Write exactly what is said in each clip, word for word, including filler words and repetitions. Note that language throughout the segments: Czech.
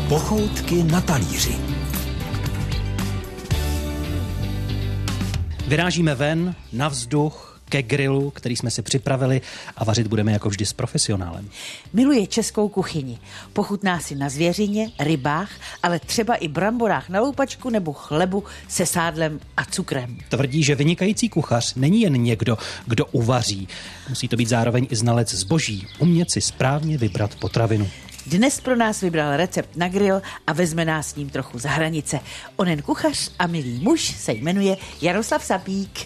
Pochoutky na talíři. Vyrážíme ven, na vzduch, ke grilu, který jsme si připravili a vařit budeme jako vždy s profesionálem. Miluje českou kuchyni. Pochutná si na zvěřině, rybách, ale třeba i bramborách na loupačku nebo chlebu se sádlem a cukrem. Tvrdí, že vynikající kuchař není jen někdo, kdo uvaří. Musí to být zároveň i znalec zboží, umět si správně vybrat potravinu. Dnes pro nás vybral recept na grill a vezme nás s ním trochu za hranice. Onen kuchař a milý muž se jmenuje Jaroslav Sapík.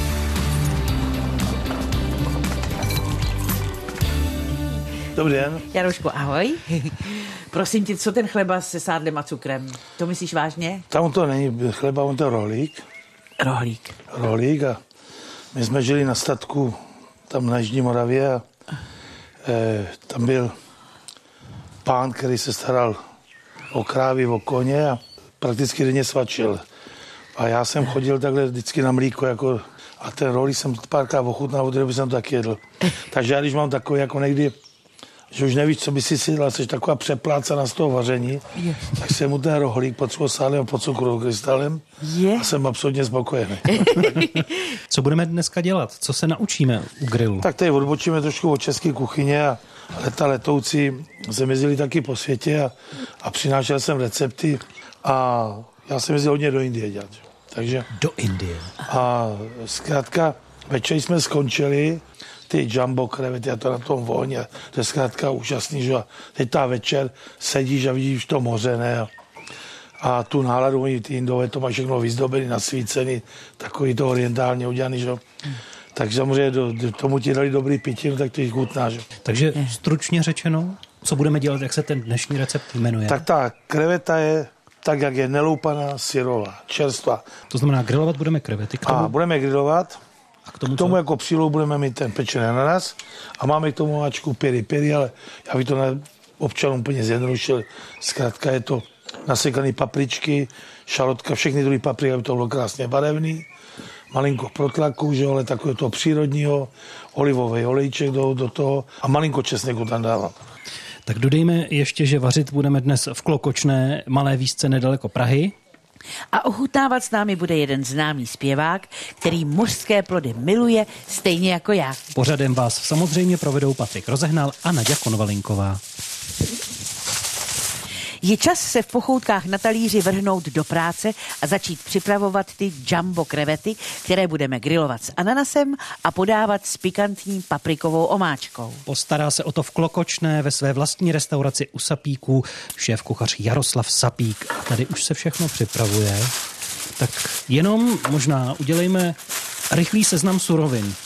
Dobrý den. Jarošku, ahoj. Prosím tě, co ten chleba se sádlem a cukrem? To myslíš vážně? Tam to není chleba, on to rohlík. Rohlík. Rohlík a my jsme žili na statku tam na Jižní Moravě a e, tam byl pán, který se staral o krávy, o koně a prakticky denně svačil. A já jsem chodil takhle vždycky na mlíko jako, a ten rohlík jsem párkrát ochutnal, od té doby jsem to taky jedl. Takže já když mám takový jako někdy, že už nevíš, co by si si dala, jsi taková přeplácaná z toho vaření, yes. Tak jsem mu ten rohlík potřeboval sádlem pod cukrovým krystalem yes. A jsem absolutně spokojený. Co budeme dneska dělat? Co se naučíme u grilu? Tak tady odbočíme trošku od české kuchyně a leta letoucí jsem jezdili taky po světě a, a přinášel jsem recepty a já jsem jezdil hodně do Indie dělat. Takže, do Indie? A zkrátka večer jsme skončili ty jumbo krevety a to na tom volně. To je zkrátka úžasný, že teď ta večer sedíš a vidíš to moře, ne? A, a tu náladu, oni ty Indové to mají všechno vyzdobený, nasvícený, takový to orientálně udělaný, že? Hmm. Takže samozřejmě do, do tomu ti dali dobrý pití, tak to jich chutná, že? Takže stručně řečeno, co budeme dělat, jak se ten dnešní recept jmenuje? Tak ta kreveta je tak, jak je neloupaná, syrová, čerstvá. To znamená, grilovat budeme krevety k tomu? A budeme grilovat. A k tomu, k tomu jako přílohu budeme mít ten pečený ananas a máme k tomu máčku piri piri, ale já bych to na občanům úplně zjednodušil. Zkrátka je to nasekaný papričky, šalotka, všechny druhy papriky, aby to bylo krásně barevný. Malinko protlaku, že ale takového toho přírodního, olivový olejček do, do toho a malinko česneku tam dávám. Tak dodejme ještě, že vařit budeme dnes v Klokočné malé vísce nedaleko Prahy. A ochutnávat s námi bude jeden známý zpěvák, který mořské plody miluje, stejně jako já. Pořadem vás samozřejmě provedou Patrik Rozehnal a Naďa Konvalinková. Je čas se v pochoutkách na talíři vrhnout do práce a začít připravovat ty jumbo krevety, které budeme grilovat s ananasem a podávat s pikantní paprikovou omáčkou. Postará se o to v Klokočné ve své vlastní restauraci u Sapíků šéf kuchař Jaroslav Sapík. A tady už se všechno připravuje. Tak jenom možná udělejme rychlý seznam surovin.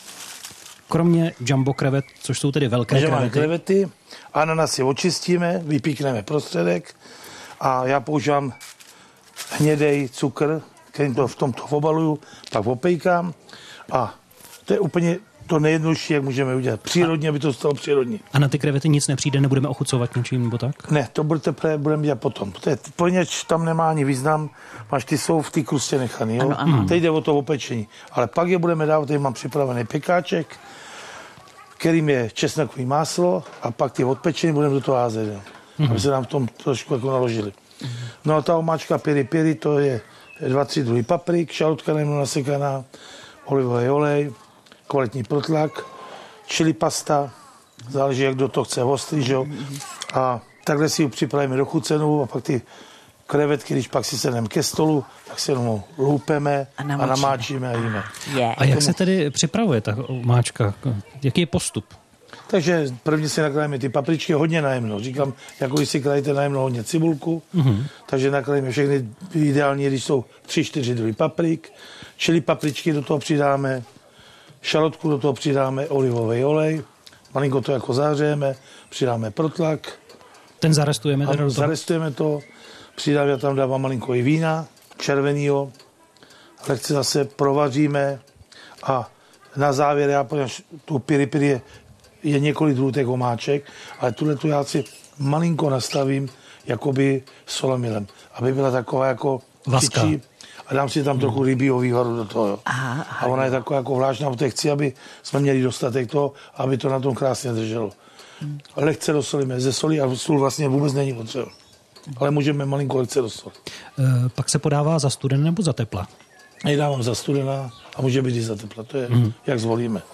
Kromě jumbo krevet, což jsou tedy velké Takže krevety. máme krevety, ananasy očistíme, vypíkneme prostředek a já používám hnědej cukr, který to v tomto obaluju, pak opejkám a to je úplně to nejjednodušší, jak můžeme udělat. Přírodně, aby to stalo přírodní. A na ty krevety nic nepřijde, nebudeme ochucovat něčím nebo tak? Ne, to budete, budeme dělat potom. To je, poněč tam nemá ani význam, máš ty jsou v té krustě nechaný, jo? Ano, ano. Teď jde o to opečení. Ale pak je budeme dávat, tady mám připravený pekáček, kterým je česnekový máslo a pak ty odpečení budeme do toho házet, mm-hmm. aby se nám v tom trošku jako naložili. Mm-hmm. No a ta omáčka piri piri, to je dva, tři druhy paprik, šalotka nejmnou nasekaná, olivový olej, kvalitní protlak, chili pasta, záleží, jak do toho chce ostrý, že jo. A takhle si ji připravíme do chucenou a pak ty krevetky, když pak si sedneme ke stolu, tak si jenom loupeme a, a namáčíme a jíme. Yeah. A jak se tedy připravuje ta omáčka? Jaký je postup? Takže prvně si nakrájíme ty papričky hodně najemno. Říkám, jako když si krajíte najemno hodně cibulku, mm-hmm. takže nakrájíme všechny ideální, když jsou tři, čtyři druhy paprik, čili papričky do toho přidáme, šalotku do toho přidáme, olivový olej, malinko to jako zahřejeme, přidáme protlak. Ten zarestujeme teda do toho? Zarestujeme to, přidáme, já tam dávám malinko i vína, červenýho, lehce zase provaříme a na závěr, já tu piri piri je, je několik druhů těch omáček, ale tuhle tu já si malinko nastavím jakoby solamilem, aby byla taková jako čičí a dám si tam trochu rybího vývaru do toho. Aha, aha, a ona je taková jako vlážná, protože chci, aby jsme měli dostatek toho, aby to na tom krásně drželo. Hmm. Lehce dosolíme ze soli a sůl vlastně vůbec není potřeba. ale můžeme malinko lehce dostat. E, pak se podává za studena nebo za tepla? Já dávám za studena a může být i za tepla. To je, mm. jak zvolíme.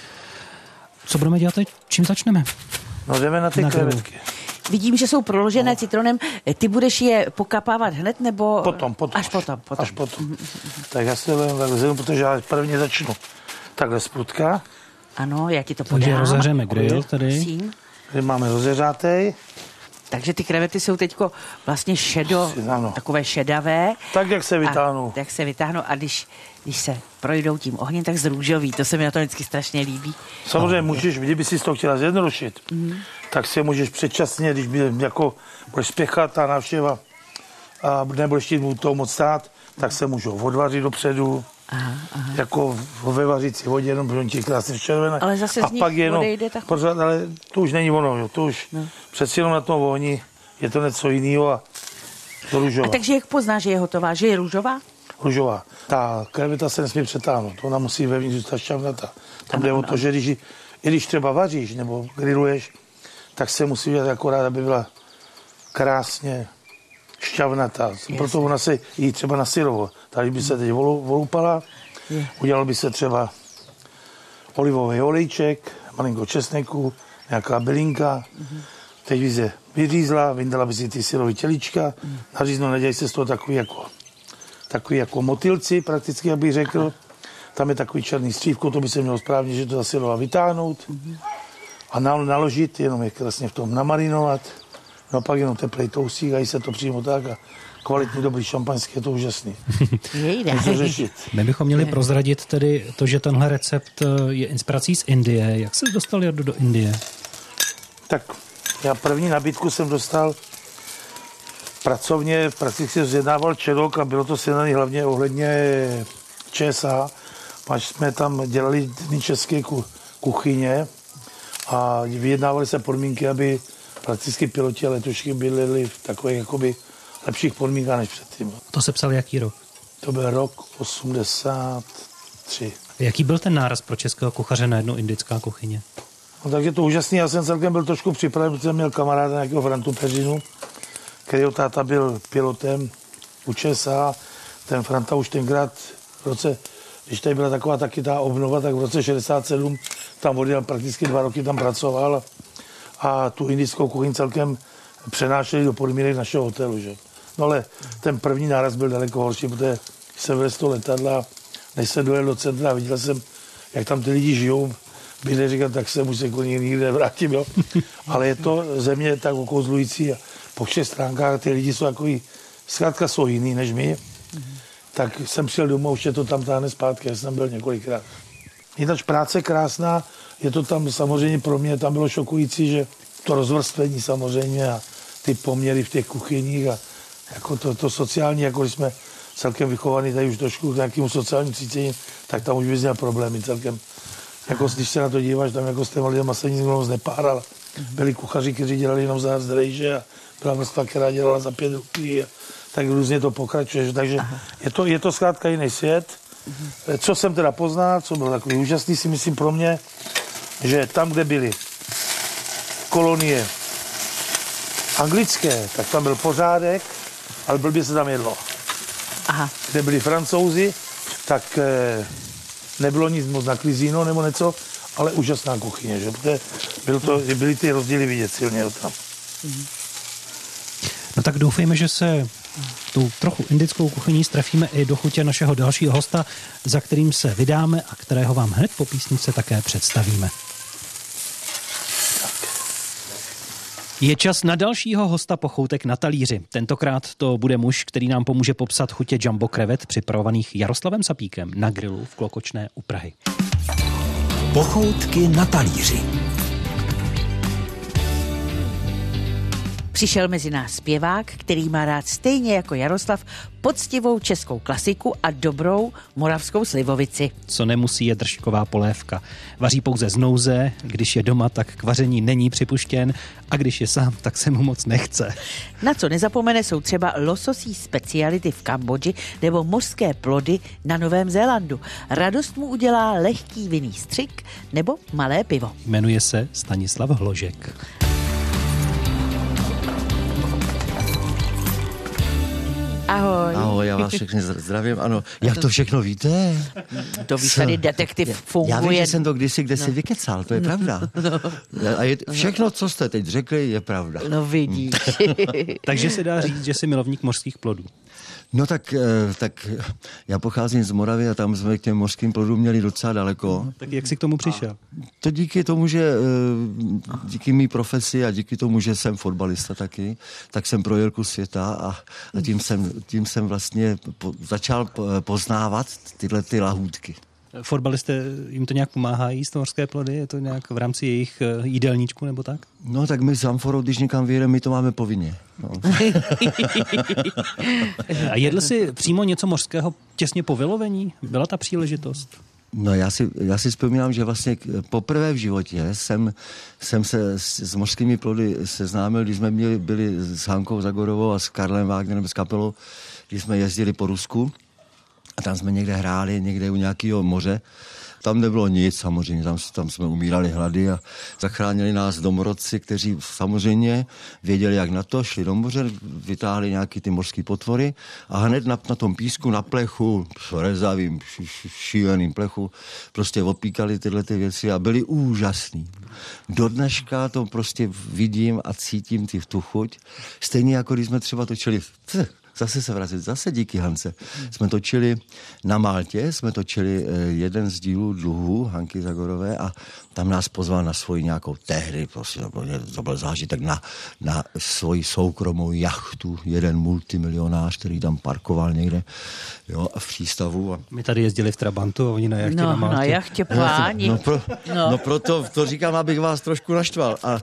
Co budeme dělat teď? Čím začneme? No jdeme na ty na krevetky. Vidím, že jsou proložené no. citronem. Ty budeš je pokapávat hned, nebo... Potom, potom. Až potom. potom. Až potom. tak já si to takhle zjedu, protože já prvně začnu takhle z prutka. Ano, já ti to podám. Takže rozehřeme grill tady. Prosím. Tady máme rozehřátej. Takže ty krevety jsou teďko vlastně šedo, ano. takové šedavé. Tak, jak se vytáhnou. A, tak se vytáhnou a když, když se projdou tím ohněm, tak zrůžový. To se mi na to vždycky strašně líbí. Samozřejmě no. můžeš, kdyby si to chtěla zjednodušit, mm. tak si můžeš předčasně, když by, jako budeš spěchat ta návštěva a nebudeš chtít mu toho moc stát, tak se můžou odvařit dopředu. Aha, aha. Jako ve vařící vodě, jenom protože ti krásně červené. Ale zase a z nich pak jenom, odejde tak... pořád, ale to už není ono, jo, to už no. přeci jenom na tom voní, je to něco jiného a to růžová. A takže jak poznáš, že je hotová, že je růžová? Růžová. Ta kreveta se nesmí přetáhnout, ona musí vevnitř zůstat šťavnata. Tam jde o to, že když, i když třeba vaříš nebo grilluješ, tak se musí dělat akorát, aby byla krásně šťavnatá. Jasně. Proto ona se jí třeba na syrovo. Tady by se teď volupala, udělal by se třeba olivový olejček, malinko česneku, nějaká bylinka. Mm-hmm. Teď by se vyřízla, vyndala by si ty syrové tělička, mm. nařízno, nedělej se z toho takový jako, takový jako motylci, prakticky, jak bych řekl. Aha. Tam je takový černý střívko, to by se mělo správně, že to zasyrova vytáhnout mm-hmm. a naložit, jenom je krásně v tom namarinovat. No a pak jenom teplej toustík a jí se to přímo tak a kvalitní dobrý šampaňský, je to úžasný. Můžu řešit. My bychom měli prozradit tedy to, že tenhle recept je inspirací z Indie. Jak jsi dostal do, do Indie? Tak já první nabídku jsem dostal pracovně, prakticky zjednával Čerok a bylo to sjednané hlavně ohledně ČSA. Až jsme tam dělali dny české kuchyně a vyjednávali se podmínky, aby prakticky piloti a letošky byli v takových jakoby lepších podmínkách než předtím. To se psal jaký rok? To byl rok osmdesát tři. Jaký byl ten náraz pro českého kuchaře na jednu indická kuchyně? No tak je to úžasný, já jsem celkem byl trošku připraven, protože jsem měl kamaráda nějakého Frantu Peřinu, kterýho táta byl pilotem u ČSA. Ten Franta už tenkrát v roce, když tady byla taková taky ta obnova, tak v roce šedesát sedm tam odjel, prakticky dva roky tam pracoval a tu indickou kuchyni celkem přenášeli do podmínek našeho hotelu. Že? No ale ten první náraz byl daleko horší, protože jsem vylez to letadla, než se dojel do centra, viděl jsem, jak tam ty lidi žijou, bych říkal, tak se už se nikdy nevrátím, jo. Ale je to země tak okouzlující a po všech stránkách ty lidi jsou takový, zkrátka jsou jiný než my. Tak jsem přijel domů, už je to tam táhne zpátky, já jsem byl několikrát. Je ta práce krásná, je to tam samozřejmě pro mě, tam bylo šokující, že to rozvrstvení samozřejmě a ty poměry v těch kuchyních a jako to, to sociální, jako když jsme celkem vychovaní tady už trošku k nějakému sociálním cítění, tak tam už bys měl problémy celkem. Jako když se na to díváš, tam jako s těma lidema se nic moc nepáral. Byli kuchaři, kteří dělali jenom za zdrejže a byla vrstva, která dělala za pět rupí a tak různě to pokračuje. Takže je to, je to zkrátka jiný svět. Co jsem teda poznal, co bylo takový úžasný, si myslím pro mě, že tam, kde byly kolonie anglické, tak tam byl pořádek, ale blbě se tam jedlo. Aha. Kde byli Francouzi, tak eh, nebylo nic moc na klizíno nebo něco, ale úžasná kuchyně, že? Protože byl to, byly ty rozdíly vidět silně tam. No tak doufejme, že se tou trochu indickou kuchyní strefíme i do chutě našeho dalšího hosta, za kterým se vydáme a kterého vám hned po písničce také představíme. Je čas na dalšího hosta Pochoutek na talíři. Tentokrát to bude muž, který nám pomůže popsat chutě jumbo krevet připravovaných Jaroslavem Sapíkem na grilu v Klokočné u Prahy. Pochoutky na talíři. Přišel mezi nás zpěvák, který má rád stejně jako Jaroslav poctivou českou klasiku a dobrou moravskou slivovici. Co nemusí, je držková polévka. Vaří pouze z nouze, když je doma, tak k vaření není připuštěn a když je sám, tak se mu moc nechce. Na co nezapomene jsou třeba lososí speciality v Kambodži nebo mořské plody na Novém Zélandu. Radost mu udělá lehký vinný střik nebo malé pivo. Jmenuje se Stanislav Hložek. Ahoj. Ahoj, já vás všechny zdravím. Ano, jak to všechno víte? To víš, tady detektiv funguje. Já vím, že jsem to kdysi kde si vykecal, to je pravda. A je, všechno, co jste teď řekli, je pravda. No vidíš. Takže se dá říct, že jsi milovník mořských plodů. No tak, tak já pocházím z Moravy a tam jsme k těm mořským plodům měli docela daleko. Tak jak jsi k tomu přišel? A to díky tomu, že díky mý profesi a díky tomu, že jsem fotbalista taky, tak jsem projel kus světa a, a tím, jsem, tím jsem vlastně po, začal poznávat tyhle ty lahůdky. Fotbalisté jim to nějak pomáhá jíst mořské plody? Je to nějak v rámci jejich jídelníčku nebo tak? No tak my s Amforou, když někam vyjedeme, my to máme povinně. No. A jedl jsi přímo něco mořského těsně po vylovení? Byla ta příležitost? No já si, já si vzpomínám, že vlastně poprvé v životě jsem, jsem se s, s mořskými plody seznámil, když jsme měli, byli s Hankou Zagorovou a s Karlem Wagnerem z kapelou, když jsme jezdili po Rusku. A tam jsme někde hráli, někde u nějakého moře. Tam nebylo nic, samozřejmě, tam, tam jsme umírali hlady a zachránili nás domorodci, kteří samozřejmě věděli, jak na to, šli do moře, vytáhli nějaký ty mořský potvory a hned na, na tom písku, na plechu, rezavým, šíleným plechu, prostě opíkali tyhle ty věci a byli úžasný. Do dneška to prostě vidím a cítím ty, tu chuť. Stejně jako když jsme třeba točili... Zase se vracet, zase díky Hance. Jsme točili na Maltě, jsme točili jeden z dílů Dluhů Hanky Zagorové a tam nás pozval na svoji nějakou tehdy, prostě to byl, to byl zážitek na, na svoji soukromou jachtu, jeden multimilionář, který tam parkoval někde, jo, v přístavu. A... My tady jezdili v Trabantu a oni na jachtě no, na Maltě. na jachtě páni. No, pro, no. no proto to říkám, abych vás trošku naštval. A, a,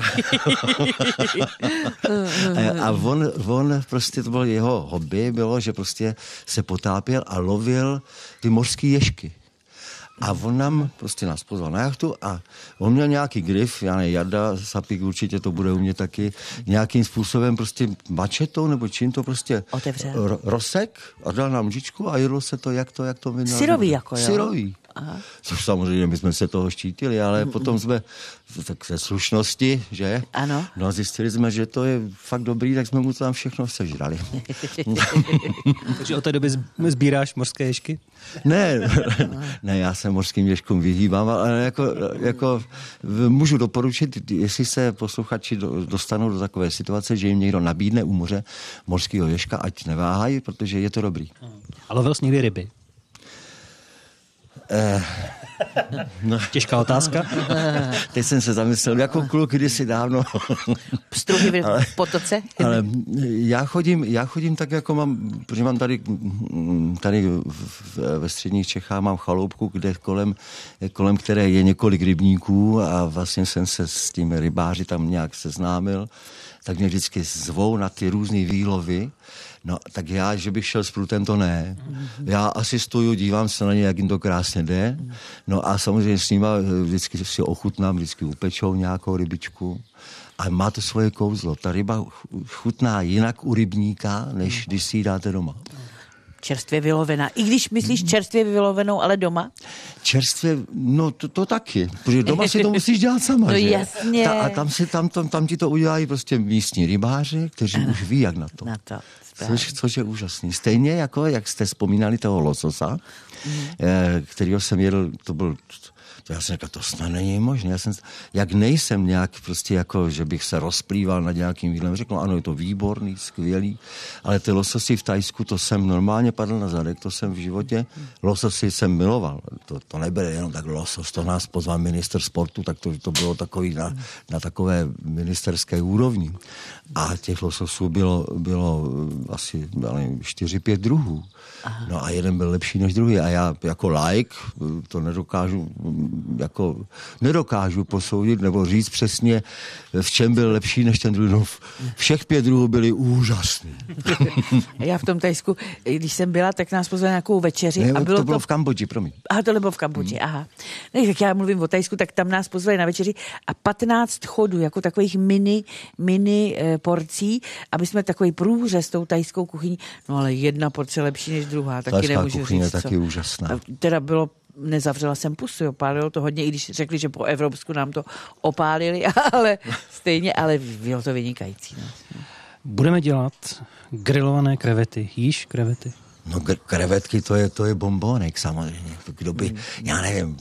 a, a on, on prostě, to bylo jeho hobby, bylo, že prostě se potápěl a lovil ty mořský ježky. A on nám prostě nás pozval na jachtu a on měl nějaký grif, já ne, Jarda Sapík určitě to bude umět taky, nějakým způsobem prostě mačetou nebo čím to prostě r- rozsek a dal nám lžičku a jedlo se to, jak to, jak to vydal. Syrový jako, jo? Syrový. Aha. Což samozřejmě my jsme se toho štítili, ale mm, potom jsme tak ze slušnosti, že? Ano. No a zjistili jsme, že to je fakt dobrý, tak jsme mu to tam všechno sežrali. Takže od té doby sbíráš mořské ježky? Ne, ne, já se mořským ježkům vyhýbám, ale jako, jako můžu doporučit, jestli se posluchači dostanou do takové situace, že jim někdo nabídne u moře mořského ježka, ať neváhají, protože je to dobrý. A lovil jsi někdy ryby? Eh, no. Těžká otázka. Teď jsem se zamyslel, jako kluk kdysi dávno. Pstruhy v potoce? Ale já chodím, já chodím tak, jako mám, protože mám tady, tady ve středních Čechách mám chaloupku, kde kolem, kolem které je několik rybníků a vlastně jsem se s tím rybáři tam nějak seznámil, tak mě vždycky zvou na ty různý výlovy. No, tak já, že bych šel s prutem, to ne. Já asistuju, dívám se na ně, jak jim to krásně jde. No a samozřejmě s nima vždycky si ochutnám, vždycky upečou nějakou rybičku. A má to svoje kouzlo. Ta ryba chutná jinak u rybníka, než když si ji dáte doma. Čerstvě vylovená. I když myslíš čerstvě vylovenou, ale doma? Čerstvě, no to, to taky. Protože doma si to musíš dělat sama, no že? jasně. Ta, a tam, si, tam, tam, tam ti to udělají prostě místní rybáři, kteří ano. už ví, jak na to. Na to. Což, což je úžasný. Stejně jako, jak jste vzpomínali toho lososa, mm. eh, kterýho jsem jedl, to byl... To já jsem říkal, to snad není možné. Já jsem, jak nejsem nějak prostě jako, že bych se rozplýval nad nějakým jídlem, řekl, ano, je to výborný, skvělý, ale ty lososy v Thajsku, to jsem normálně padl na zadek, to jsem v životě, lososy jsem miloval. To, to nebylo jenom tak losos, to nás pozval ministr sportu, tak to, to bylo takový na, na takové ministerské úrovni. A těch lososů bylo, bylo asi čtyři, pět druhů. Aha. No a jeden byl lepší než druhý a já jako laik to nedokážu jako nedokážu posoudit nebo říct přesně, v čem byl lepší než ten druhý. No, všech pět druhů byli úžasný. Já v tom Thajsku, když jsem byla, tak nás pozvali nějakou večeři. Ne, a bylo to bylo to v Kambodži, promiň. Aha, to bylo v Kambodži, hmm. aha. No, tak já mluvím o Thajsku, tak tam nás pozvali na večeři a patnáct chodů, jako takových mini, mini eh, porcí, aby jsme takový průřez s tou thajskou kuchyní. No ale jedna porce lepší než druhá, taky Thajská nemůžu kuchyně říct, je taky co. úžasná. A teda bylo nezavřela jsem pusu, opálilo to hodně, i když řekli, že po Evropsku nám to opálili, ale stejně, ale bylo to vynikající. No. Budeme dělat grilované krevety. Jíš krevety? No gr- krevetky, to je, to je bombónek samozřejmě. Kdo by, já nevím,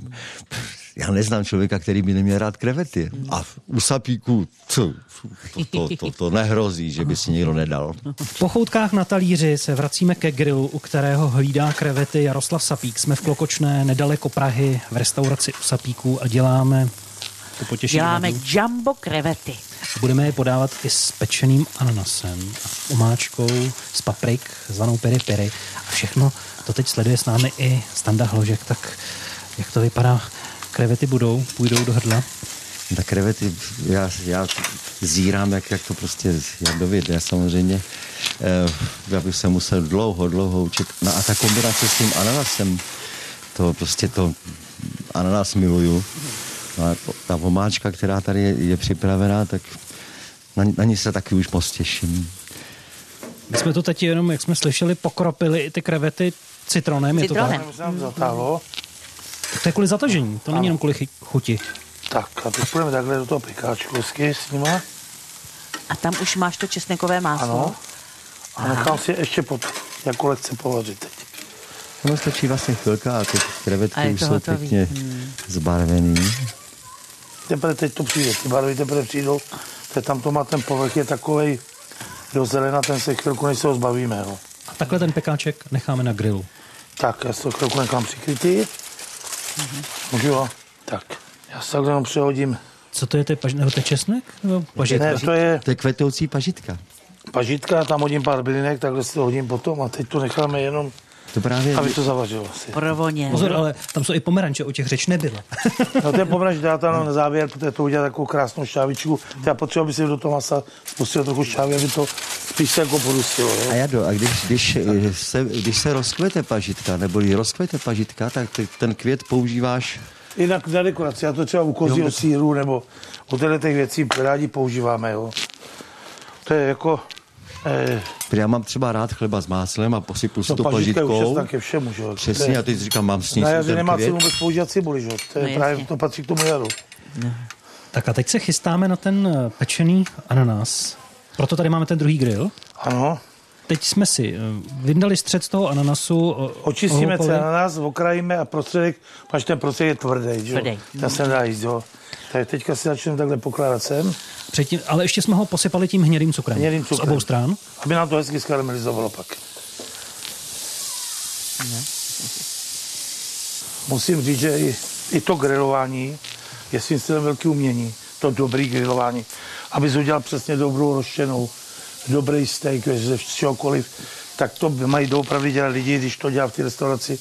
já neznám člověka, který by neměl rád krevety. A u sapíku, to, to, to, to, to nehrozí, že by si někdo nedal. V Pochoutkách na talíři se vracíme ke grilu, u kterého hlídá krevety Jaroslav Sapík. Jsme v Klokočné, nedaleko Prahy, v restauraci u Sapíků a děláme... To potěší Děláme vadu. jumbo krevety. Budeme je podávat i s pečeným ananasem, omáčkou z paprik, zvanou piri piri. A všechno to teď sleduje s námi i Standa Hložek. Tak jak to vypadá? Krevety budou, půjdou do hrdla? Tak krevety, já, já zírám, jak, jak to prostě jadovit. Já samozřejmě, eh, já bych se musel dlouho, dlouho učit. No a ta kombinace s tím ananasem, to prostě to ananas miluju. No a ta omáčka, která tady je, je připravená, tak na, na ní se taky už moc těším. My jsme to teď jenom, jak jsme slyšeli, pokropili i ty krevety citronem. Je Citronem. to Nám zatáhlo. tak? To je kvůli zatažení, to není jenom kvůli chy- chuti. Tak a teď půjdeme takhle do toho pikáčku hezky s nima. A tam už máš to česnekové máslo. Ano. A nechám si ještě pod, jako lehce povařit teď. No stačí vlastně chvilka a ty A krevetky je už to jsou hotový. pěkně Hmm. zbarvený. Teprve teď to přijde, ty barvy teprve přijdou, teď tam to má ten povrch, je takovej do zelena, ten se chvilku, než se ho zbavíme. Jo. A takhle ten pekáček necháme na grilu. Tak, já si to chvilku nechám přikrytý. Mm-hmm. Můžu jo? Tak, já se takhle jenom přehodím. Co to je, to je, paž- nebo to je česnek? Nebo pažitka? Ne, to je To je kvetoucí pažitka. pažitka, tam hodím pár bylinek, takhle si to hodím potom a teď to necháme jenom, To právě... aby to zavařilo asi. Provoně. Pozor, ale tam jsou i pomeranče, o těch řeč nebyla. No ten pomeranč dá tam na závěr, protože to udělá takovou krásnou šťávičku. Já potřebuji, aby si do toho masa spustil trochu šťávy, aby to spíš se jako podustilo. A Jado, a když, když, se, když se rozkvete pažitka, nebo když rozkvete pažitka, tak ty, ten květ používáš... Jinak na dekoraci, já to třeba u kozího sýru nebo u těchto těch věcí rádi používáme. Jo. To je jako... Eh, Já mám třeba rád chleba s máslem a posypu si to to pažitka je už pažitkou. česnek ke všemu, že jo. Přesně, a teď říkám, mám sníst Na jaře ten nemá květ. cenu vůbec používat cibuli, že jo. To, je No, právě, jasně. to patří k tomu jaru. Tak a teď se chystáme na ten pečený ananas. Proto tady máme ten druhý grill. Ano. Teď jsme si eh, vyndali střed z toho ananasu. o- Očistíme ohloupali. celý ananas, okrajíme a prostředek, až ten prostředek je tvrdý, že jo. Tvrdý. Ten se nedá jíst, jo. Tak teďka si začneme takhle pokládat sem, Předtím, ale ještě jsme ho posypali tím hnědým cukrem. Hnědým Z cukrem. obou stran. aby nám to hezky skaramelizovalo pak. Musím říct, že i, i to grilování je svým stylem velký umění. To dobrý grilování. Abys udělal přesně dobrou rozštěnou, dobrý steak ze čehokoliv, tak to mají doopravdy dělat lidi, když to dělá v té restauraci.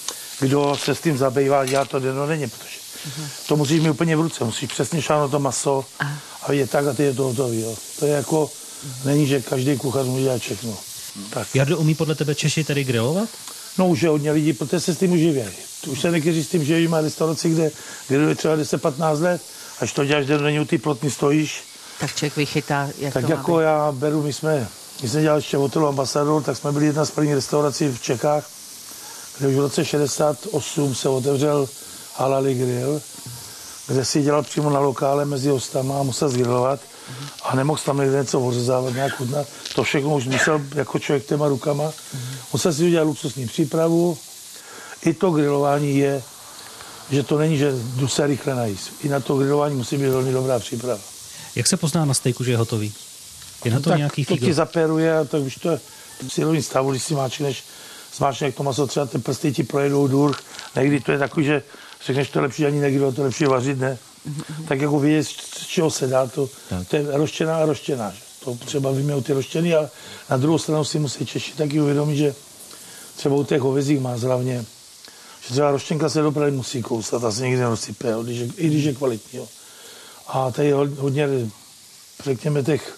Kdo se s tím zabývá, dělá to dennodenně, protože uh-huh. to musíš mít úplně v ruce, musíš přesně šáhnout to maso uh-huh. a vidět tak a ty je to hotový. Jo. To je jako, uh-huh. není, že každý kuchař může dělat všechno. Uh-huh. Tak. Jardo, umí podle tebe Češi tedy grilovat? No už je hodně lidí, protože se s tím uživí. Už se někteří s tím živí, má restauraci, kde grilluje třeba deset patnáct let, až to děláš dennodenně u té plotny stojíš. Tak člověk vychytá, jak Tak to jako má být. já beru, my jsme, my jsme dělali ještě v hotelu Ambassador, tak jsme byli jedna z prvních restaurací v Čechách, kde už v roce šedesát osm se otevřel Halali grill, kde si dělal přímo na lokále mezi hostama a musel zgrillovat a nemohl tam někde něco ořezávat, nějak chutnat. To všechno už musel jako člověk těma rukama. Musel si udělat luxusní přípravu. I to grilování je, že to není, že jdu se rychle najíst. I na to grilování musí být velmi dobrá příprava. Jak se pozná na stejku, že je hotový? Je na to tak nějaký to fígl? ti zaperuje, a tak už to je v silovým stavu, když si máčneš, zmáčneš to maso, třeba ty prsty ti projedou důr, někdy to je takový, že řekneš, to je lepší ani negrilovat, to je lepší vařit, ne? Tak jako vidět, z čeho se dá, to, to je roštěná a roštěná. Že? To třeba vyměnou ty roštěny a na druhou stranu si musí Češi taky uvědomit, že třeba u těch hovězích má hlavně, že třeba roštěnka se dopravy musí kousat a se nikdy nerozsype, jo, když je, i když je kvalitní. Jo. A tady hodně, řekněme, těch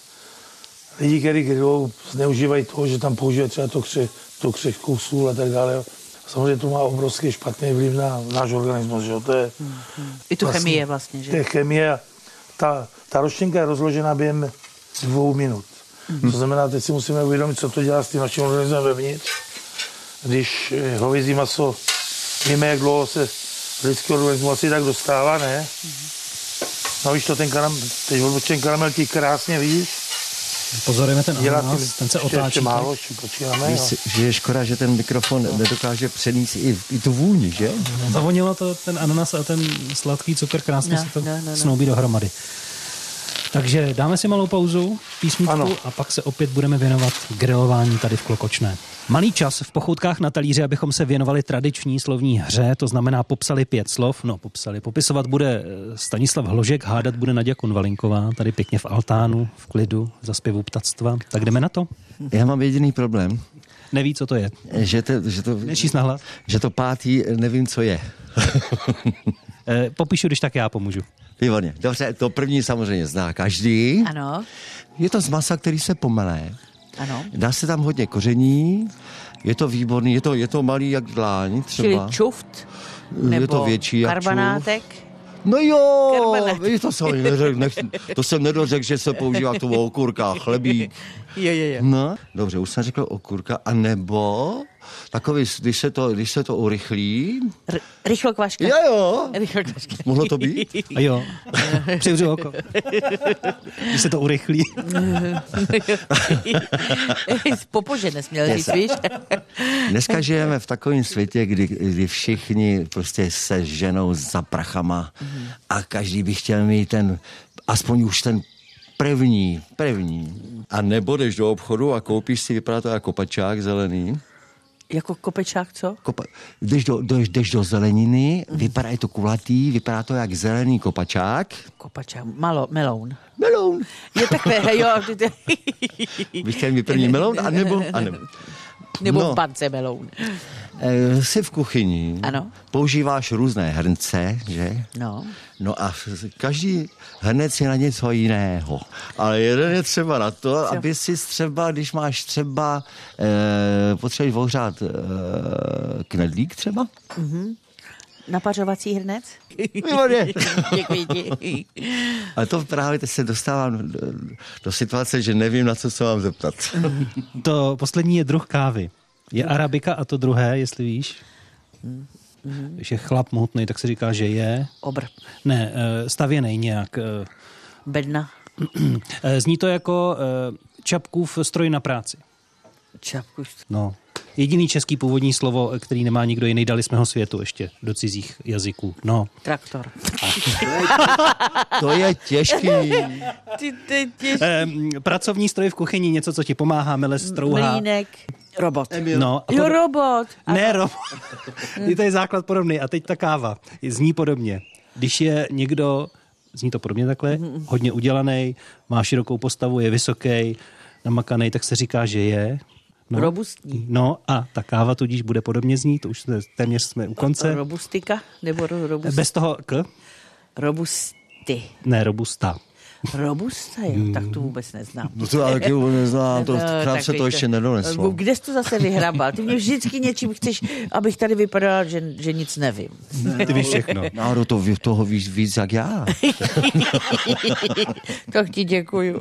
lidi, kteří grillou, zneužívají toho, že tam používají třeba to, kře, to křehkou sůl a tak dále. Jo. Samozřejmě to má obrovský špatný vliv na náš organismus. Že jo. To je I tu vlastně, chemie vlastně, že? To je chemie a ta, ta roštěnka je rozložena během dvou minut. Mm. To znamená, teď si musíme uvědomit, co to dělá s tím naším organismem vevnitř. Když hovězí maso, víme, jak dlouho se z lidského organismu asi tak dostává, ne? Mm. No víš to, ten karamel, teď odbočen karamel ti krásně, vidíš? Pozorujeme ten Dělá ananas, ten se otáčí. Ještě málo, ještě počítáme. Víš, že je škoda, že ten mikrofon nedokáže přenést i, i tu vůni, že? No, zavonilo to ten ananas a ten sladký cukr, krásně no, se to no, no, no. snoubí dohromady. Takže dáme si malou pauzu, písničku ano. a pak se opět budeme věnovat grilování tady v Klokočné. Malý čas v pochoutkách na talíři, abychom se věnovali tradiční slovní hře, to znamená popsali pět slov, no popsali, popisovat bude Stanislav Hložek, hádat bude Naďa Konvalinková, tady pěkně v altánu, v klidu, za zpěvu ptactva. Tak jdeme na to? Já mám jediný problém. Neví, co to je. Že to, že to, Nečíst nahlas? že to pátý nevím, co je. e, popíšu, když tak já pomůžu. Výborně. Dobře, to první samozřejmě zná každý. Ano, Je to z masa, který se pomele. ano. Dá se tam hodně koření. Je to výborný, je to, je to malý jak dláň třeba. Čili čuft, nebo je to větší jak karbanátek. No jo, Karbanátek. víš, to jsem neřekl, nech, to jsem nedořekl, že se používá k tomu okurka, chlebík. Jo, jo, jo. No, dobře, už jsem řekl okurka, a nebo takový, když se to, když se to urychlí. R- rychlokvaška. Jo, jo. Rychlokvaška. Mohlo to být? A jo, přivřu oko. Když se to urychlí. Popože nesměl říct, víš? Dneska žijeme v takovém světě, kdy, kdy všichni prostě se ženou za prachama a každý by chtěl mít ten, aspoň už ten první, první. A nebo jdeš do obchodu a koupíš si, vypadá to jako kopačák zelený. Jako kopečák, co? Kopa, jdeš, do, jdeš, jdeš do zeleniny, vypadá to kulatý, vypadá to jak zelený kopačák. Kopačák, malo, meloun. Meloun. Je takové, jo. Ty, ty. Bych chtěl mít první meloun, anebo, anebo. Nebo No. v bance meloun. E, jsi v kuchyni, Ano. používáš různé hrnce, že? No. No a každý hrnec je na něco jiného. Ale jeden je třeba na to, Co? aby si třeba, když máš třeba, e, potřebuješ ohřát e, knedlík třeba? Napařovací hrnec? Výborně. Děkuji ti. Ale to právě teď se dostávám do, do situace, že nevím, na co se mám zeptat. To poslední je druh kávy. Je arabika a to druhé, jestli víš. Když je chlap mohutný, tak se říká, že je... Obr. Ne, eh, stavěnej nějak. eh, Bedna. eh, Zní to jako eh, Čapkův stroj na práci. Čapku. No. Jediný český původní slovo, který nemá nikdo jiný, dali jsme ho světu ještě do cizích jazyků. No. Traktor. To je těžký. Ty, ty, ty. Ehm, pracovní stroj v kuchyni, něco, co ti pomáhá, mele strouhá. Mlýnek. Robot. No, a Jo, to- robot. Ne, robot. Je to je základ podobný. A teď ta káva. Zní podobně. Když je někdo, zní to podobně takhle, hodně udělaný, má širokou postavu, je vysoký, namakaný, tak se říká, že je... No, Robustní. No a ta káva tudíž bude podobně znít, to už jsme, téměř jsme u konce. Robustika? Nebo ro, robust, Bez toho k? robusty. Ne, robusta. Robusta, jo, tak to vůbec neznám. No to já taky vůbec neznám, to, No, k nám tak se to víte. ještě nedoneslo. Kde jsi to zase vyhrabal? Ty mě vždycky něčím chceš, abych tady vypadala, že, že nic nevím. Ty víš všechno. Náhodou to, ví- toho víš víc jak já. Tak ti děkuju.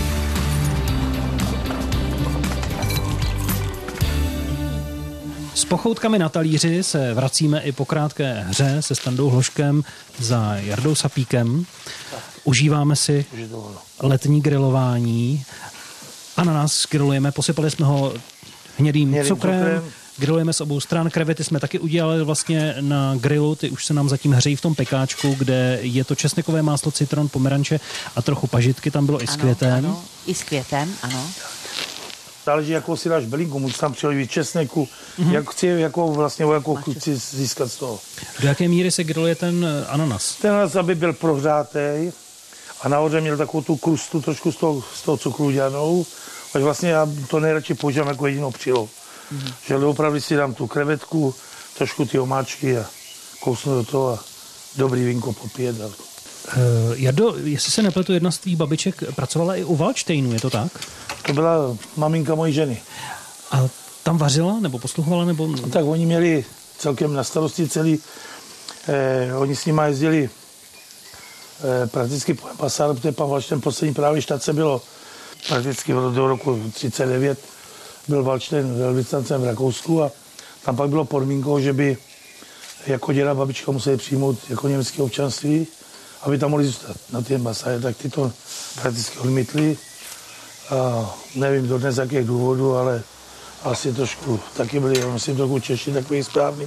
S pochoutkami na talíři se vracíme i po krátké hře se Standou Hložkem za Jardou Sapíkem. Užíváme si letní grilování. Ananas grilujeme, posypali jsme ho hnědým, Hnědým cukrem, cukrem. grilujeme z obou stran. Krevety jsme taky udělali vlastně na grilu, ty už se nám zatím hřejí v tom pekáčku, kde je to česnekové máslo, citron, pomeranče a trochu pažitky, tam bylo i s květem. Ano, i s květem, ano. Záleží, jakou si dáš bylinku, můžu tam přihodit víc česneku, mm-hmm. jak chci, jakou vlastně, jakou chci získat z toho. Do jaké míry se griluje ten ananas? Ten nás, aby byl prohřátej a nahoře měl takovou tu krustu trošku z toho, z toho cukru udělanou, až vlastně já to nejradši používám jako jedinou přílohu. Mm-hmm. Že opravdu si dám tu krevetku, trošku ty omáčky a kousnu do toho a dobrý vínko popít. A... Uh, Jardo, jestli se nepletu, jedna z tvých babiček pracovala i u Valdštejnu, je to tak? To byla maminka mojí ženy. A tam vařila, nebo posluchovala, nebo... No, tak oni měli celkem na starosti celý, eh, oni s nima jezdili eh, prakticky po ambasádu, protože pan Valdštejn poslední právě štace bylo prakticky do roku třicet devět byl Valdštejn velvyslancem v Rakousku a tam pak bylo podmínkou, že by jako děda babička museli přijmout jako německé občanství, aby tam mohli zůstat na té ambasádě, tak ty to prakticky odmítli. A nevím dodnes z jakých důvodů, ale asi trošku taky byli, myslím, trochu Češi takový správný.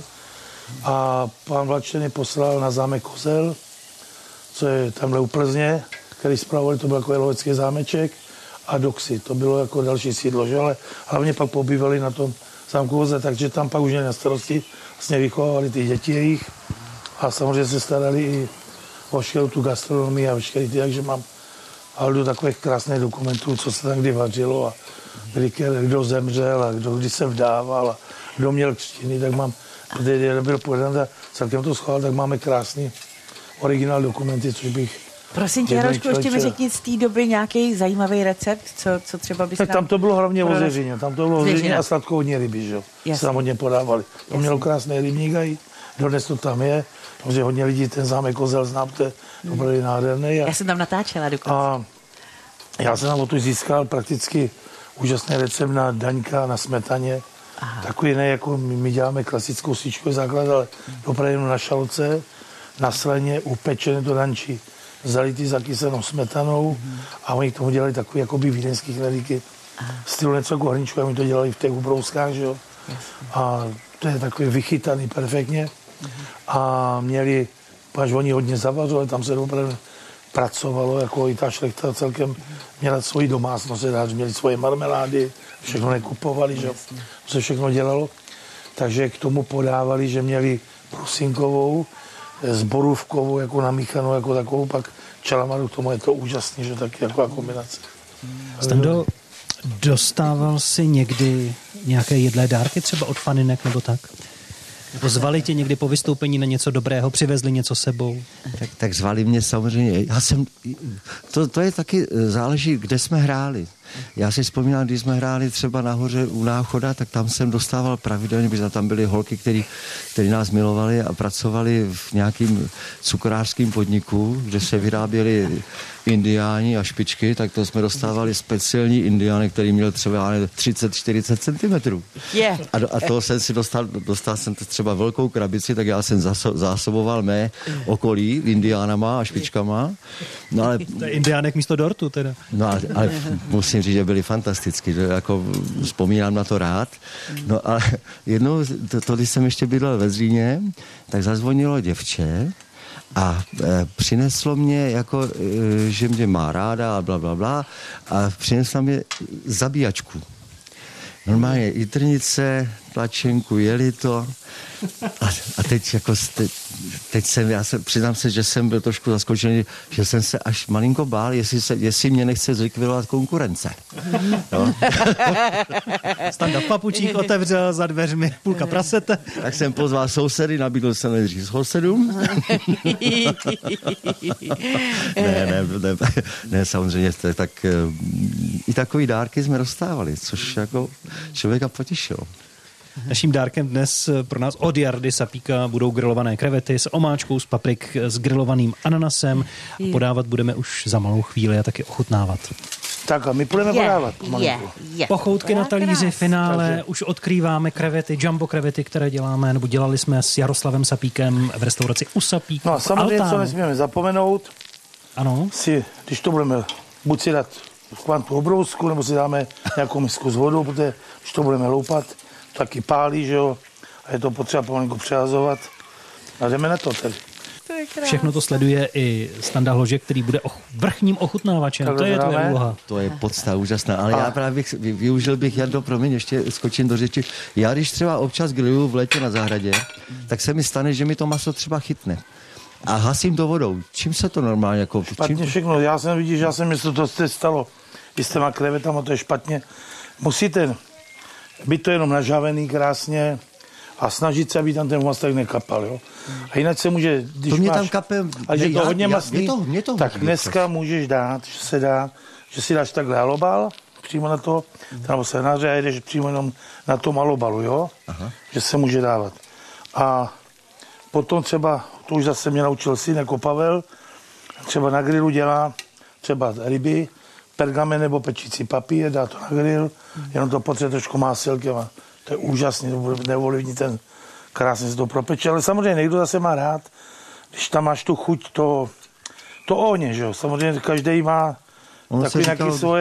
A pán Vlačen je poslal na zámek Kozel, co je tamhle u Plzně, který spravovali, to byl jako lovecký zámeček, a Doxy, to bylo jako další sídlo, že? Ale hlavně pak pobývali na tom zámku Kozel, takže tam pak už měli na starosti, vlastně vychovávali ty děti jejich a samozřejmě se starali i o veškerou tu gastronomii a veškerý ty, takže mám haldu takových krásných dokumentů, co se tam kdy vařilo a kdy, kdo zemřel a kdo kdy se vdával a kdo měl křtiny, tak mám, kde byl povedan a celkem to schoval, tak máme krásný originál dokumenty, což bych... Prosím tě, Jarošku, ještě mi řekni z té doby nějaký zajímavý recept, co, co třeba bys tak tam to bylo hlavně o zeřině, tam to bylo o zeřině a sladkovodní ryby, že jo, se tam hodně podávali. To mělo krásný rybník a dodnes to tam je, protože hodně lidí ten zámek Kozel znám, to, to byl nádherný. Já jsem tam natáčela dokonce. A já jsem tam o to získal prakticky úžasný recept na daňka, na smetaně. Aha. Takový ne, jako my, my děláme klasickou svíčkový základ, ale opravdu na šalce, na slaně, upečené to dančí, zalitý zakysenou smetanou mm. a oni k tomu dělali takový jakoby vídeňský knedlíky. Stylu něco jako hrničku, a my to dělali v těch ubrouskách, že jo. A to je takový vychytaný perfektně. Mm. A měli, až oni hodně zavařovali, tam se opravdu pracovalo, jako i ta šlechta celkem měla svoji domácnost, měli svoje marmelády, všechno nekupovali, že se všechno dělalo. Takže k tomu podávali, že měli prusinkovou, zborůvkovou, jako namíchanou, jako takovou, pak čalamaru, k tomu je to úžasný, že taky jako kombinace. Stando, dostával si někdy nějaké jedlé dárky třeba od faninek nebo tak? Nebo zvali tě někdy po vystoupení na něco dobrého, přivezli něco sebou? Tak, tak zvali mě samozřejmě. Já jsem, to, to je taky, záleží, kde jsme hráli. Já si vzpomínám, když jsme hráli třeba nahoře u Náchoda, tak tam jsem dostával pravidelně, protože tam byly holky, které nás milovali a pracovali v nějakým cukrářském podniku, kde se vyráběli indiáni a špičky, tak to jsme dostávali speciální indiány, který měl třeba třicet čtyřicet centimetrů. Yeah. A, a toho jsem si dostal, dostal jsem třeba velkou krabici, tak já jsem záso, zásoboval mé okolí indiánama a špičkama. No ale, to je indiánek místo dortu teda. No ale, ale musím říct, že byli fantasticky, jako vzpomínám na to rád. No a jednou, to, to když jsem ještě bydlel ve Zlíně, tak zazvonilo děvče a e, přineslo mě jako, e, že mě má ráda a bla, bla, bla a přinesla mě zabíjačku. Normálně jitrnice, tlačenku, jeli to a, a teď jako teď, teď jsem, já se přiznám se, že jsem byl trošku zaskočený, že jsem se až malinko bál, jestli, se, jestli mě nechce zlikvidovat konkurence. No. Standa papučík otevřel za dveřmi půlka prasete. Tak jsem pozval sousedy, nabídl jsem nejdřív sousedům. ne, ne, ne, ne, samozřejmě, tak i takový dárky jsme dostávali, což jako člověka potěšilo. Naším dárkem dnes pro nás od Jardy Sapíka budou grilované krevety s omáčkou z paprik s grilovaným ananasem. A podávat budeme už za malou chvíli a taky ochutnávat. Tak a my budeme je, podávat. Je, je. Pochoutky na talíři, finále, Takže. už odkrýváme krevety, jumbo krevety, které děláme, nebo dělali jsme s Jaroslavem Sapíkem v restauraci U Sapíku. No a samozřejmě, co nesmíme zapomenout, ano. si, když to budeme, buď si dát kvantu obrousku, nebo si dáme nějakou misku s vodou, protože když to budeme loupat, taky pálí, že jo, a je to potřeba pomalinko přehazovat. A jdeme na to tedy. Všechno to sleduje i Standa Hložek, který bude och- vrchním ochutnávačem. Tak to je tvoje úloha. To je podsta úžasná, ale a. já právě bych, využil bych, Jardo, promiň, ještě skočím do řeči. Já když třeba občas grilluju v létě na zahradě, tak se mi stane, že mi to maso třeba chytne. A hasím to vodou. Čím se to normálně jako... Špatně čím... všechno. Já jsem vidíš, já jsem myslel, to se stalo. Když s těma krevetama, to je špatně. Musíte být to jenom nažavený krásně a snažit se, aby tam ten vás tak nekapal, jo. A jinak se může, když to mě máš, tam kape, a že ne, to já, hodně já, masný, mě to, mě to tak dneska můžeš dát, že se dá, že si dáš takhle halobal, přímo na to, nebo se naře a jedeš přímo jenom na tom halobalu, jo. Aha. Že se může dávat. A potom třeba, to už zase mě naučil syn jako Pavel, třeba na grilu dělá třeba ryby, pergamen nebo pečící papír, dá to na grill, jenom to potřebuje trošku máselkem a to je úžasný, to bude neovlivnit ten krásně se to propeče, ale samozřejmě někdo zase má rád, když tam máš tu chuť to, to ohně, že jo, samozřejmě každý má ono takový říkal, nějaký svoje...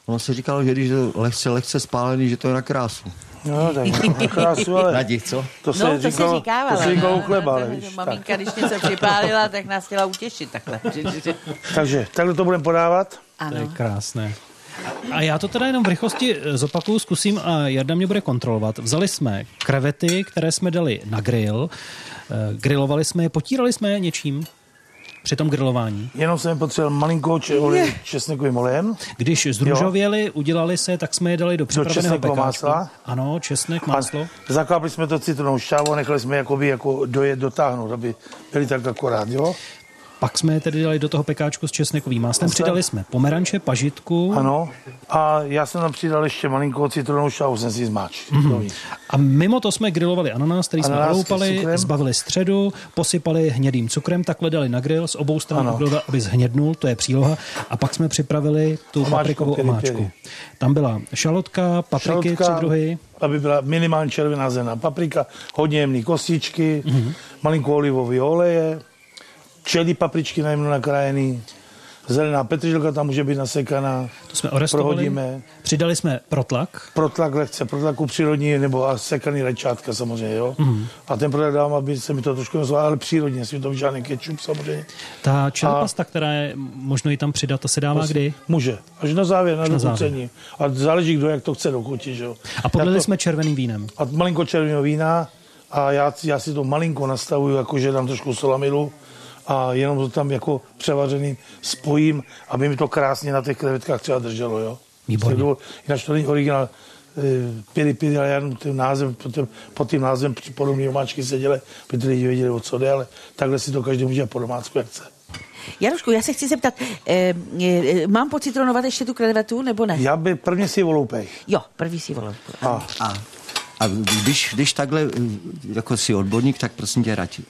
ono se říkalo, že když je lehce, lehce spálený, že to je na krásu. No, tak na krásu, ale... Nadich, co? To se No, to říkalo, se říkávalo. To se říkalo no, u chleba, no, ale no, víš. maminka, když něco připálila, tak nás chtěla utěšit takhle. Takže takhle to budeme podávat. To je krásné. A já to teda jenom v rychlosti zopakuju, zkusím a Jarda mě bude kontrolovat. Vzali jsme krevety, které jsme dali na grill, grilovali jsme je, potírali jsme je něčím při tom grilování. Jenom jsem potřeboval malinkou če- olej česnekovým olejem. Když združověli, udělali se, tak jsme je dali do připraveného pekáčku. Másla. Ano, česnek, máslo. A zakápli jsme to citronovou šťávou a nechali jsme jakoby jako dojet, dotáhnout, aby byli tak akorát, jo? Pak jsme je tedy dali do toho pekáčku s česnekovým máslem. Přidali jsme pomeranče, pažitku. Ano. A já jsem tam přidal ještě malinkou citronovou šťávu, jsem si zmáč. Mm-hmm. A mimo to jsme grilovali ananas, který jsme oloupali, zbavili středu, posypali hnědým cukrem, takhle dali na grill z obou stran, aby zhnědnul, to je příloha. A pak jsme připravili tu omáčku, paprikovou omáčku. Tam byla šalotka, papriky, šalotka, tři druhy. Aby byla minimálně červená zelená paprika, hodně jemný kostičky, mm-hmm. malinkou olivový oleje, čelí papričky najemno nakrájený, zelená petrželka tam může být nasekaná. To jsme orestovali, prohodíme. Přidali jsme protlak. Protlak lehce, protlaku přírodní, nebo a sekaný rajčátka samozřejmě, jo. Mm. A ten protlak dám, aby se mi to trošku nezvládlo, ale přírodně, nesmí to žádný kečup samozřejmě. Ta čelpasta, a... která je možno ji tam přidat, to se dává Pos... kdy? Může, až na závěr, na dochucení. A záleží, kdo jak to chce dochutit, jo. A podlili to... jsme červeným vínem. A malinko červeného vína a já, já si to malinko nastavuju, jakože dám trošku solamilu. A jenom to tam jako převařený spojím, aby mi to krásně na těch krevetkách třeba drželo, jo. Výborně. Jinak to není originál piri piri, ale já jenom tím názvem, pod tím, pod tím názvem podobné omáčky se děle, aby ty lidi věděli, o co jde, ale takhle si to každý může po domácku, jak chce. Janušku, já se chci zeptat, eh, eh, mám pocitronovat ještě tu krevetu, nebo ne? Já by prvně si voloupej. Jo, první si voloupej. A. A. A když, když takhle, jako jsi odborník, tak prosím tě, radši.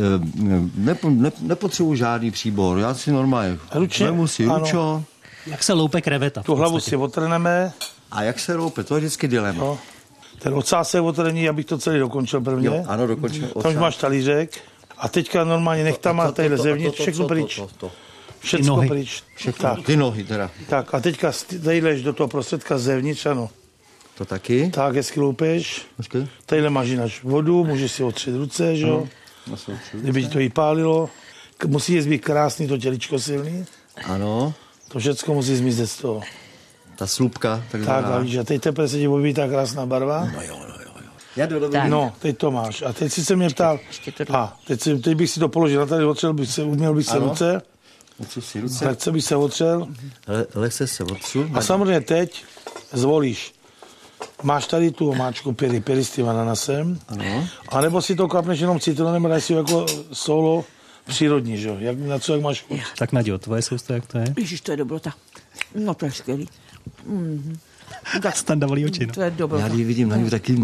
Nepo, ne, nepotřebuji žádný příbor, já si normálně vemu si ručo. Jak se loupe kreveta? Tu hlavu si otrneme. A jak se loupe, to je vždycky dilema. No. Ten ocásek otrení, abych to celý dokončil prvně. Jo, ano, dokončil. Tam už máš talířek. A teďka normálně nech tam má tadyhle zevnitř, všechno pryč. Všechno pryč. Ty nohy teda. Tak a teďka tadyhleš do toho prostředka zevnitř, ano. To taky? Tak, hezky loupeš. Tadyhle máš jinak vodu, můžeš si otřít ruce, že jo? Kdyby ti to jí pálilo. Musí je být krásný, to těličko silný. Ano. To všecko musí zmizet z toho. Ta slupka. Tak, a víš, a teď teprve se ti objeví ta krásná barva. No jo, no jo. Já to dobrý. No, teď to máš. A teď si se mě ptal, a teď, si, teď bych si to položil, tady otřel bych se, uměl bych se ano. ruce. Otřu si ruce. Tak co bych se otřel. Le, lehce se otřu. A samozřejmě teď zvolíš. Máš tady tu omáčku piri piri s tím ananasem. Ano. A nebo si to kapneš jenom citronem a dáš si jako solo přírodní, že jo? Jak, na co, jak máš chuť. Tak Naďo, tvoje sousto, jak to je? Ježiš, to je dobrota. No to je skvělý. Mm-hmm. Tak Standa volí oči, no. To je dobrota. Já když vidím na něj taky...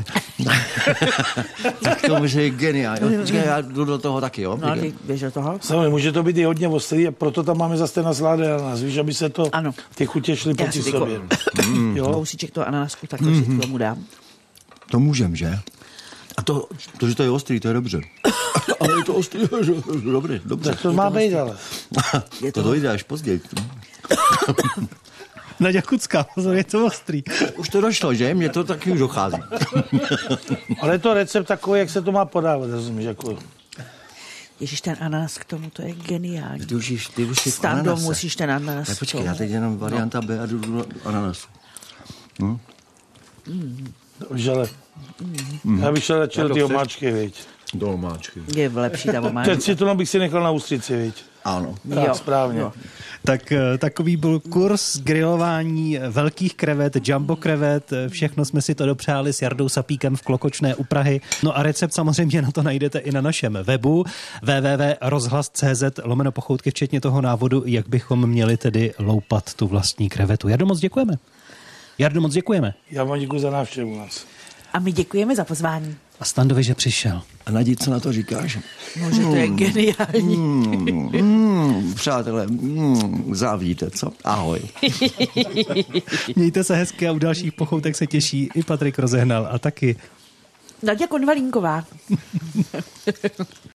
tak to může je geniální. Já jdu do toho taky, jo? No, ty běž do toho. Samozřejmě, může to být i hodně ostrý a proto tam máme zase ten nasládek ananas, víš, aby se to, ano. ty chutě šly po sobě. Jo? Kousíček toho ananasku, tak to si k tomu dám. To můžem, že? A to, to, že to je ostrý, to je dobře. Ale je to ostrý, dobrý, dobře. Tak to má být, ale. To dojde až později. Naďa Kucka, je to ostrý. Už to došlo, že? Mně to taky už dochází. Ale je to recept takový, jak se to má podávat, rozumíš, jako... Ježíš, ten ananas k tomu, to je geniální. Ty už, ty už Stando, musíš ten ananas. Ne, počkej, já teď jenom varianta no. B a jdu do ananas. Hm? Mm. Dobře, ale mm. já bych šel radši do ty omáčky, viď. Do omáčky. Je lepší ta omáčka. Ten citron bych si nechal na ústřici, viď. Ano. Tak, jo. Správně. Jo. Tak takový byl kurz grilování velkých krevet, jumbo krevet, všechno jsme si to dopřáli s Jardou Sapíkem v Klokočné u Prahy. No a recept samozřejmě na to najdete i na našem webu w w w tečka rozhlas tečka c z lomeno pochoutky, včetně toho návodu, jak bychom měli tedy loupat tu vlastní krevetu. Jardo, moc děkujeme. Jardo, moc děkujeme. Já vám děkuji za návštěvu nás. A my děkujeme za pozvání. A Standovi, že přišel. A Nadí, co na to říkáš? No, že to je mm, geniální. Mm, mm, přátelé, mm, závidíte, co? Ahoj. Mějte se hezky a u dalších pochoutek se těší i Patrik Rozehnal a taky Naďa Konvalínková.